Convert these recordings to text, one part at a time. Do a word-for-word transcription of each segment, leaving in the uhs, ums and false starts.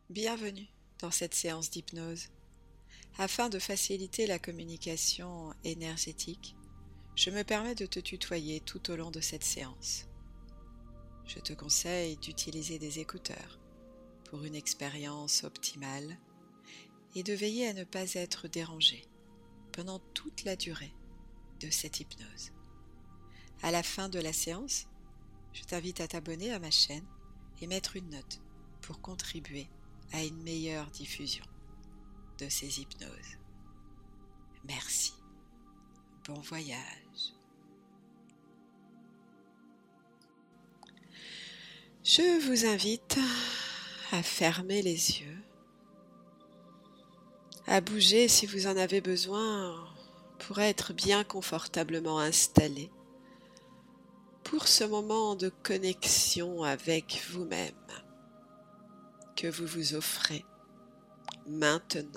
Bienvenue dans cette séance d'hypnose. Afin de faciliter la communication énergétique, je me permets de te tutoyer tout au long de cette séance. Je te conseille d'utiliser des écouteurs pour une expérience optimale et de veiller à ne pas être dérangé pendant toute la durée de cette hypnose. À la fin de la séance, je t'invite à t'abonner à ma chaîne et mettre une note pour contribuer à une meilleure diffusion de ces hypnoses. Merci. Bon voyage. Je vous invite à fermer les yeux, à bouger si vous en avez besoin pour être bien confortablement installé pour ce moment de connexion avec vous-même que vous vous offrez maintenant.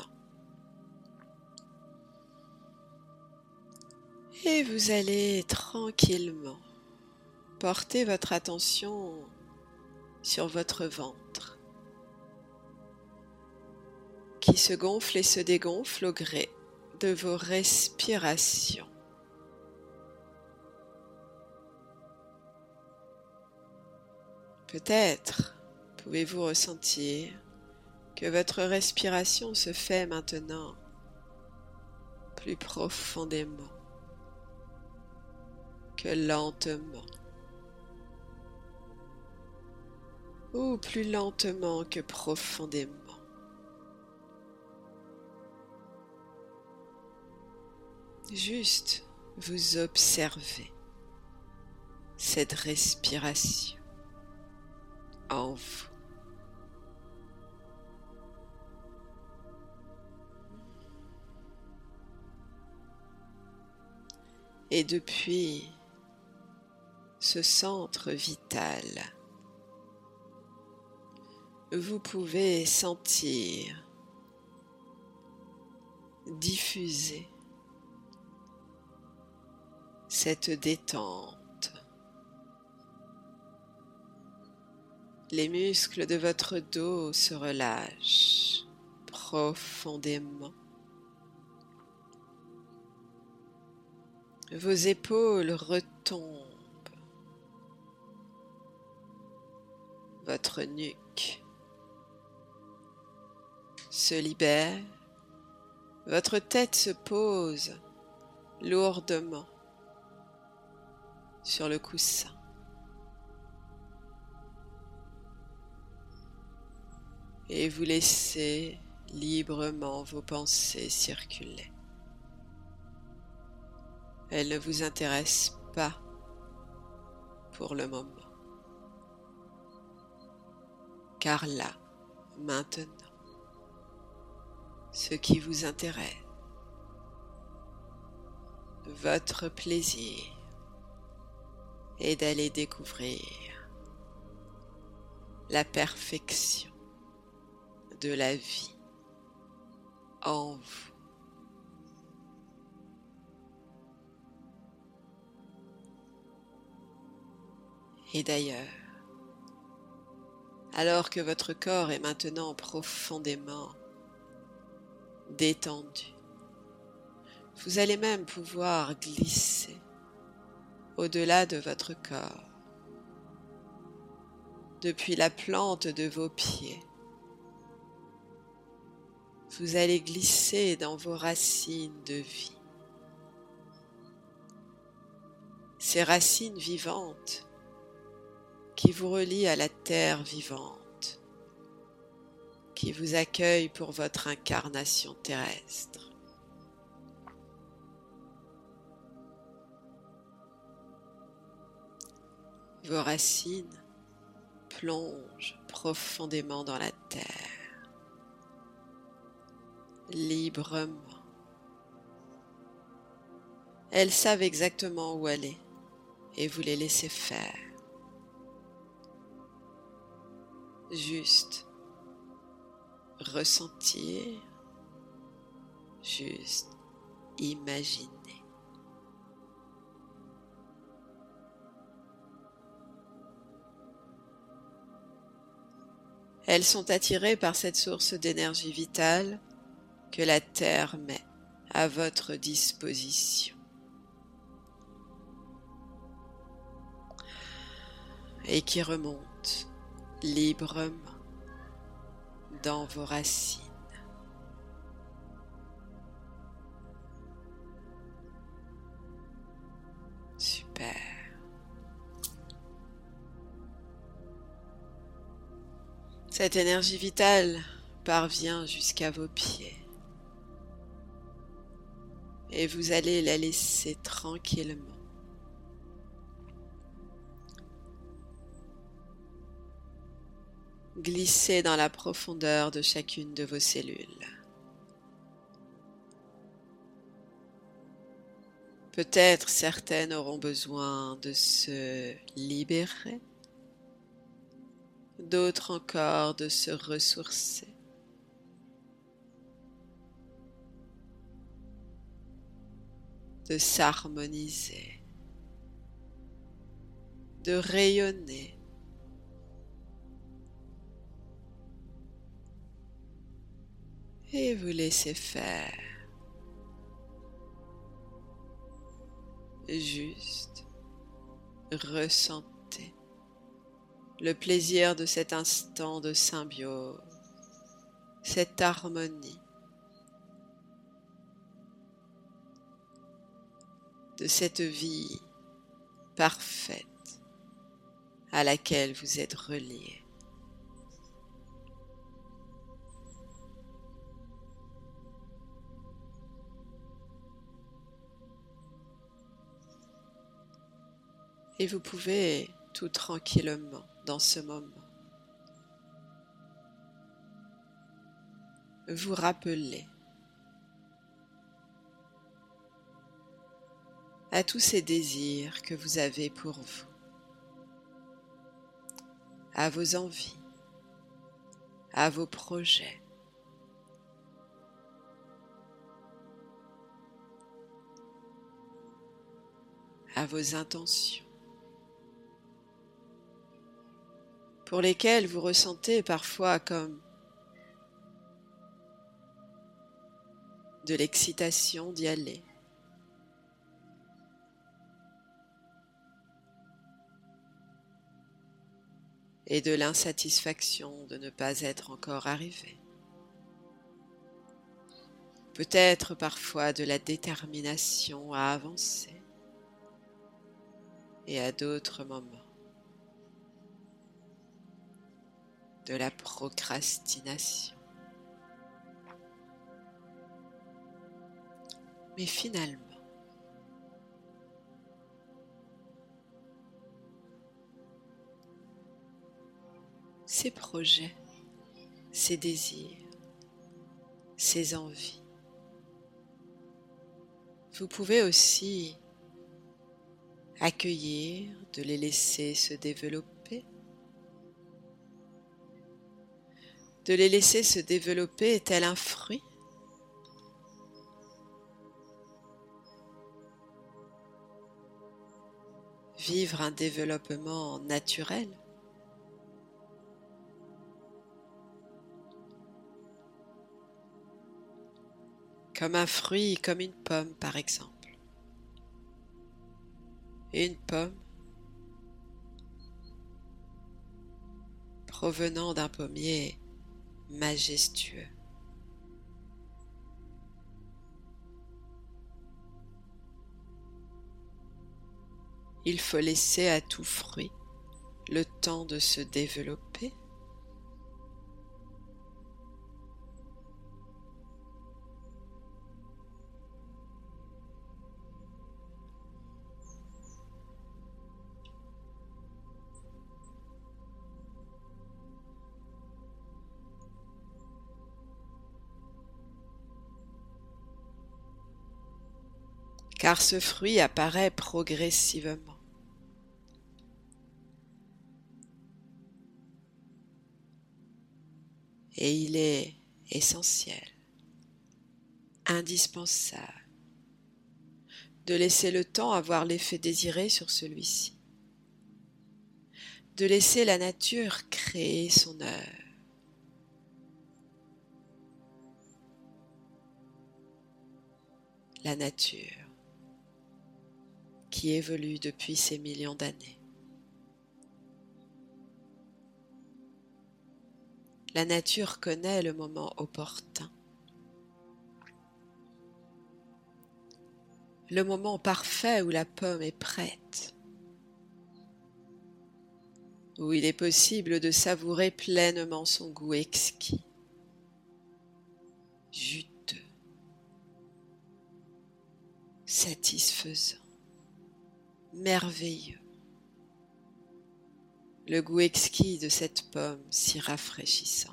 Et vous allez tranquillement porter votre attention sur votre ventre qui se gonfle et se dégonfle au gré de vos respirations. Peut-être pouvez-vous ressentir que votre respiration se fait maintenant plus profondément que lentement, ou plus lentement que profondément. Juste vous observez cette respiration en vous. Et depuis ce centre vital, vous pouvez sentir diffuser cette détente. Les muscles de votre dos se relâchent profondément. Vos épaules retombent. Votre nuque se libère. Votre tête se pose lourdement sur le coussin. Et vous laissez librement vos pensées circuler. Elles ne vous intéressent pas pour le moment. Car là, maintenant, ce qui vous intéresse, votre plaisir, est d'aller découvrir la perfection de la vie en vous. Et d'ailleurs, alors que votre corps est maintenant profondément détendu, vous allez même pouvoir glisser au-delà de votre corps, depuis la plante de vos pieds. Vous allez glisser dans vos racines de vie. Ces racines vivantes qui vous relient à la terre vivante, qui vous accueille pour votre incarnation terrestre. Vos racines plongent profondément dans la terre, librement. Elles savent exactement où aller et vous les laissez faire. Juste ressentir, juste imaginer. Elles sont attirées par cette source d'énergie vitale que la Terre met à votre disposition. Et qui remonte librement dans vos racines. Super. Cette énergie vitale parvient jusqu'à vos pieds. Et vous allez la laisser tranquillement glisser dans la profondeur de chacune de vos cellules. Peut-être certaines auront besoin de se libérer, d'autres encore de se ressourcer. De s'harmoniser, de rayonner. Et vous laissez faire. Juste ressentez le plaisir de cet instant de symbiose, cette harmonie, de cette vie parfaite à laquelle vous êtes reliés. Et vous pouvez tout tranquillement dans ce moment vous rappeler à tous ces désirs que vous avez pour vous, à vos envies, à vos projets, à vos intentions, pour lesquelles vous ressentez parfois comme de l'excitation d'y aller. Et de l'insatisfaction de ne pas être encore arrivé. Peut-être parfois de la détermination à avancer. Et à d'autres moments, de la procrastination. Mais finalement, ces projets, ces désirs, ces envies, vous pouvez aussi accueillir, de les laisser se développer, de les laisser se développer tel un fruit. Vivre un développement naturel. Comme un fruit, comme une pomme par exemple. Une pomme provenant d'un pommier majestueux. Il faut laisser à tout fruit le temps de se développer. Car ce fruit apparaît progressivement. Et il est essentiel, indispensable, de laisser le temps avoir l'effet désiré sur celui-ci, de laisser la nature créer son œuvre, la nature, qui évolue depuis ces millions d'années. La nature connaît le moment opportun, le moment parfait où la pomme est prête, où il est possible de savourer pleinement son goût exquis, juteux, satisfaisant, merveilleux. Le goût exquis de cette pomme si rafraîchissante.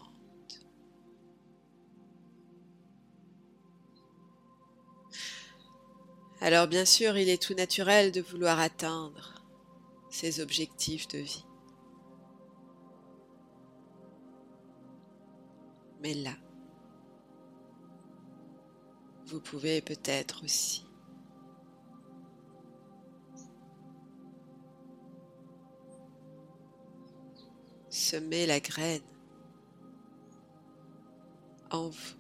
Alors bien sûr, il est tout naturel de vouloir atteindre ces objectifs de vie. Mais là, vous pouvez peut-être aussi semer la graine en vous,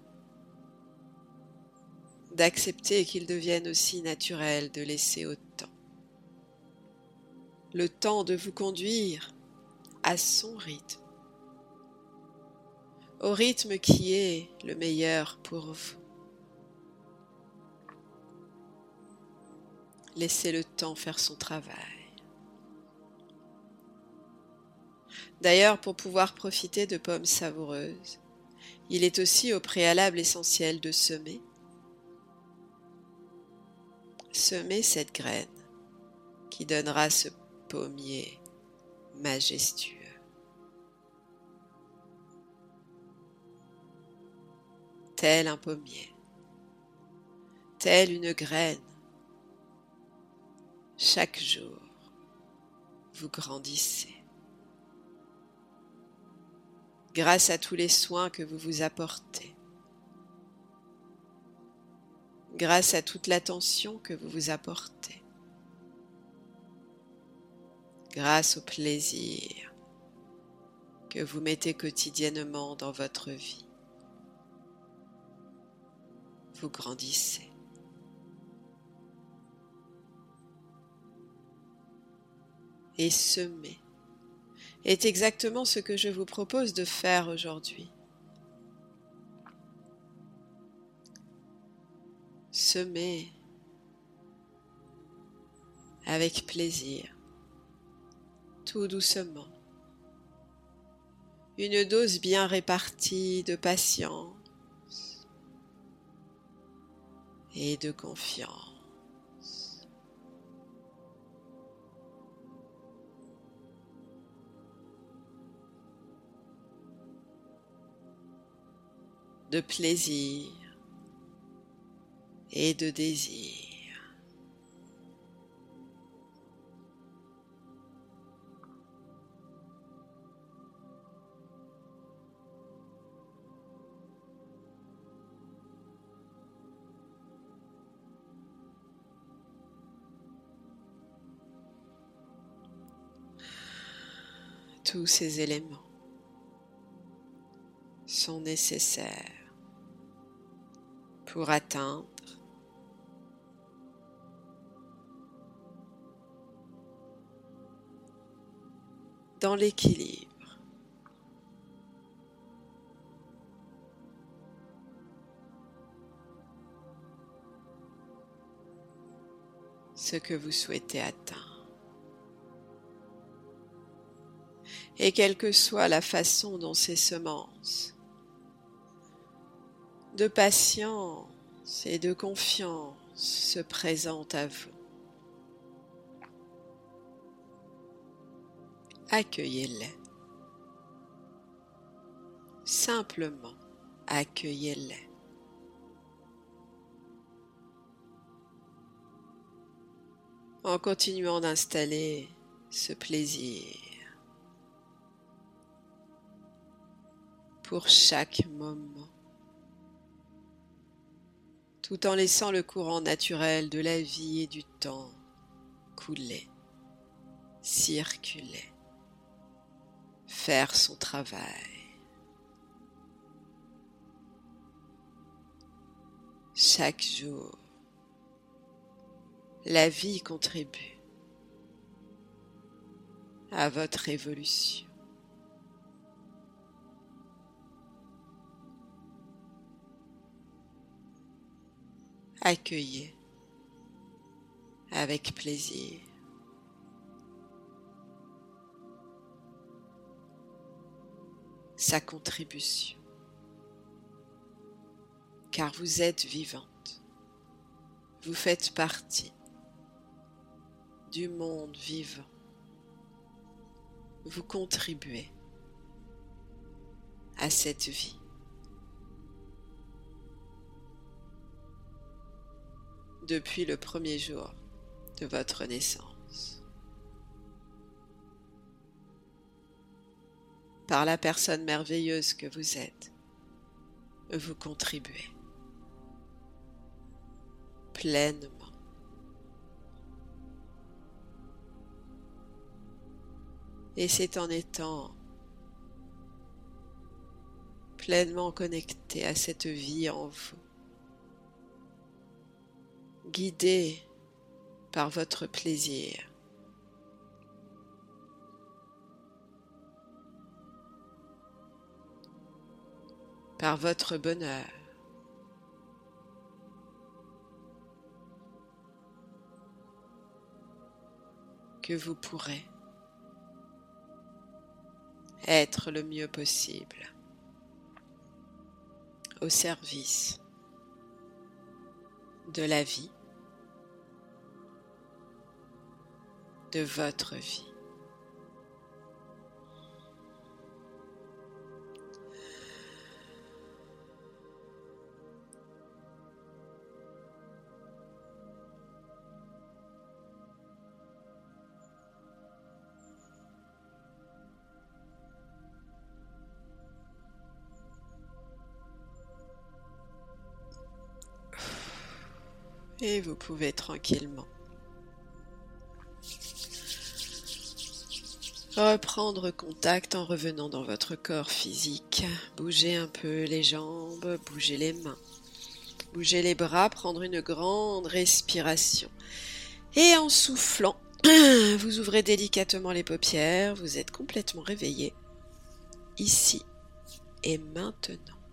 d'accepter qu'il devienne aussi naturel de laisser au temps le temps de vous conduire à son rythme, au rythme qui est le meilleur pour vous. Laissez le temps faire son travail. D'ailleurs, pour pouvoir profiter de pommes savoureuses, il est aussi au préalable essentiel de semer. Semer cette graine qui donnera ce pommier majestueux. Tel un pommier, telle une graine, chaque jour, vous grandissez. Grâce à tous les soins que vous vous apportez, grâce à toute l'attention que vous vous apportez, grâce au plaisir que vous mettez quotidiennement dans votre vie, vous grandissez. Et semer est exactement ce que je vous propose de faire aujourd'hui. Semer avec plaisir, tout doucement, une dose bien répartie de patience et de confiance. De plaisir et de désir. Tous ces éléments sont nécessaires pour atteindre dans l'équilibre ce que vous souhaitez atteindre. Et quelle que soit la façon dont ces semences de patience et de confiance se présentent à vous, accueillez-les. Simplement accueillez-les. En continuant d'installer ce plaisir pour chaque moment, tout en laissant le courant naturel de la vie et du temps couler, circuler, faire son travail. Chaque jour, La vie contribue à votre évolution. Accueillez avec plaisir sa contribution, car vous êtes vivante, vous faites partie du monde vivant, vous contribuez à cette vie. Depuis le premier jour de votre naissance, par la personne merveilleuse que vous êtes, vous contribuez pleinement. Et c'est en étant pleinement connecté à cette vie en vous, guidé par votre plaisir, par votre bonheur, que vous pourrez être le mieux possible au service de la vie, de votre vie. Et vous pouvez tranquillement reprendre contact en revenant dans votre corps physique. Bougez un peu les jambes, bougez les mains, bougez les bras, prendre une grande respiration. Et en soufflant, vous ouvrez délicatement les paupières, vous êtes complètement réveillé, ici et maintenant.